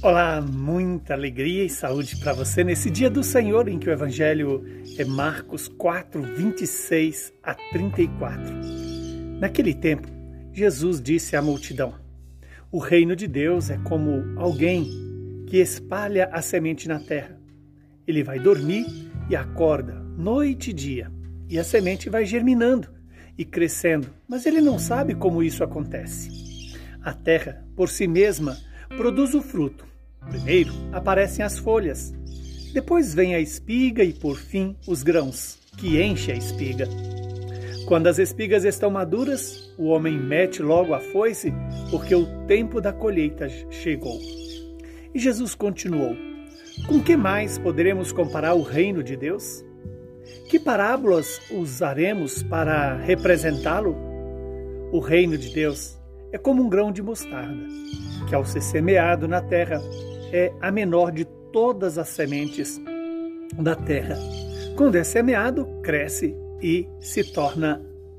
Olá, muita alegria e saúde para você nesse dia do Senhor, em que o Evangelho é Marcos 4, 26 a 34. Naquele tempo, Jesus disse à multidão: o reino de Deus é como alguém que espalha a semente na terra. Ele vai dormir e acorda noite e dia, e a semente vai germinando e crescendo, mas ele não sabe como isso acontece. A terra, por si mesma, produz o fruto. Primeiro aparecem as folhas, depois vem a espiga e, por fim, os grãos, que enche a espiga. Quando as espigas estão maduras, o homem mete logo a foice, porque o tempo da colheita chegou. E Jesus continuou: com que mais poderemos comparar o reino de Deus? Que parábolas usaremos para representá-lo? O reino de Deus é como um grão de mostarda, que ao ser semeado na terra é a menor de todas as sementes da terra. Quando é semeado, cresce e se torna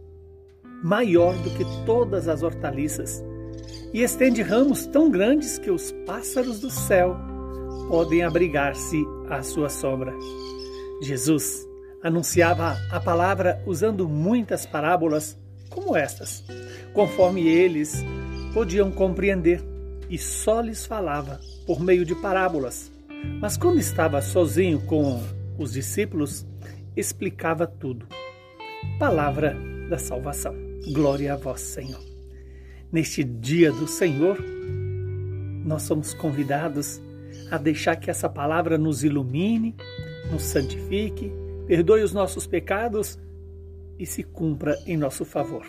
maior do que todas as hortaliças e estende ramos tão grandes que os pássaros do céu podem abrigar-se à sua sombra. Jesus anunciava a palavra usando muitas parábolas como estas, conforme eles podiam compreender, e só lhes falava por meio de parábolas. Mas quando estava sozinho com os discípulos, explicava tudo. Palavra da salvação. Glória a vós, Senhor. Neste dia do Senhor, nós somos convidados a deixar que essa palavra nos ilumine, nos santifique, perdoe os nossos pecados e se cumpra em nosso favor.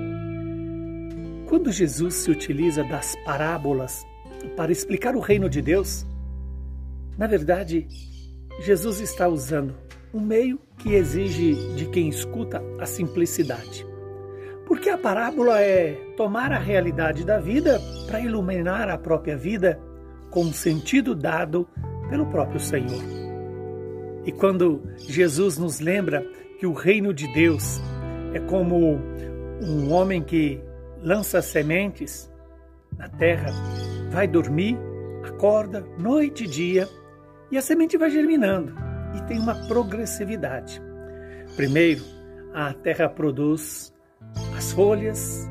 Quando Jesus se utiliza das parábolas para explicar o reino de Deus, na verdade, Jesus está usando um meio que exige de quem escuta a simplicidade. Porque a parábola é tomar a realidade da vida para iluminar a própria vida com um sentido dado pelo próprio Senhor. E quando Jesus nos lembra que o reino de Deus é como um homem que lança sementes na terra, vai dormir, acorda noite e dia, e a semente vai germinando e tem uma progressividade. Primeiro, a terra produz as folhas,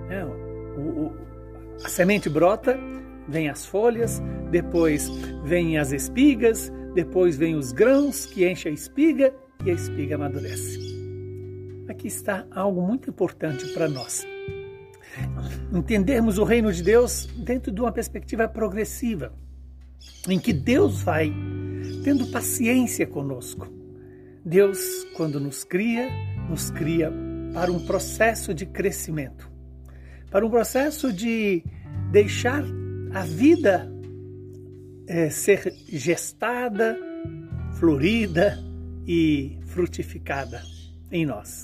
a semente brota, vem as folhas, depois vem as espigas, depois vem os grãos que enchem a espiga e a espiga amadurece. Aqui está algo muito importante para nós. Entendermos o reino de Deus dentro de uma perspectiva progressiva, em que Deus vai tendo paciência conosco. Deus, quando nos cria para um processo de crescimento, para um processo de deixar a vida ser gestada, florida e frutificada em nós.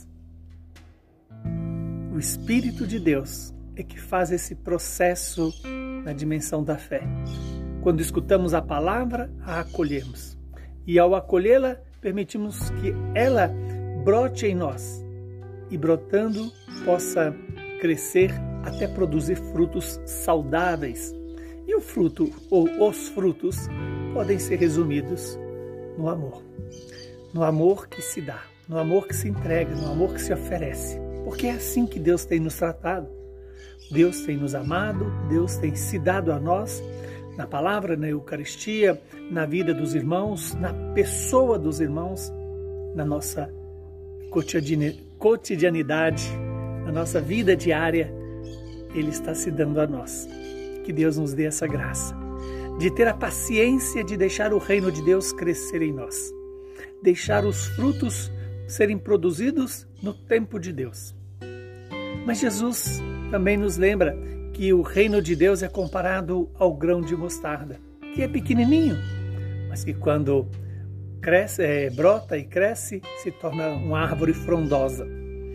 O Espírito de Deus é que faz esse processo na dimensão da fé. Quando escutamos a palavra, a acolhemos. E ao acolhê-la, permitimos que ela brote em nós. E brotando, possa crescer até produzir frutos saudáveis. E o fruto, ou os frutos, podem ser resumidos no amor. No amor que se dá, no amor que se entrega, no amor que se oferece. Porque é assim que Deus tem nos tratado. Deus tem nos amado, Deus tem se dado a nós, na palavra, na Eucaristia, na vida dos irmãos, na pessoa dos irmãos, na nossa cotidianidade, na nossa vida diária, Ele está se dando a nós. Que Deus nos dê essa graça, de ter a paciência de deixar o reino de Deus crescer em nós, deixar os frutos serem produzidos no tempo de Deus. Mas Jesus também nos lembra que o reino de Deus é comparado ao grão de mostarda, que é pequenininho, mas que quando cresce, brota e cresce, se torna uma árvore frondosa.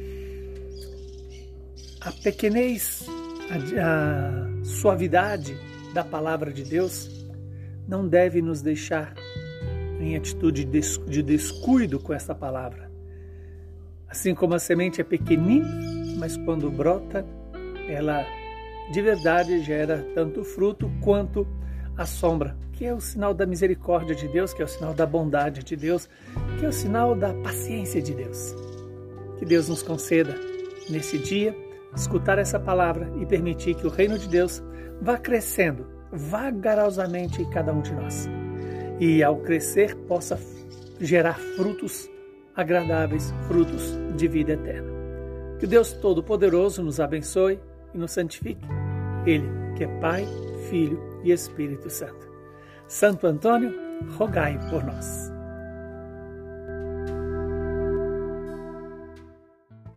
A pequenez, a suavidade da palavra de Deus não deve nos deixar em atitude de descuido com essa palavra. Assim como a semente é pequenina, mas quando brota, ela de verdade gera tanto fruto quanto a sombra, que é o sinal da misericórdia de Deus, que é o sinal da bondade de Deus, que é o sinal da paciência de Deus. Que Deus nos conceda, nesse dia, escutar essa palavra e permitir que o reino de Deus vá crescendo vagarosamente em cada um de nós. E ao crescer possa gerar frutos agradáveis, frutos de vida eterna. Que Deus Todo-Poderoso nos abençoe e nos santifique. Ele que é Pai, Filho e Espírito Santo. Santo Antônio, rogai por nós.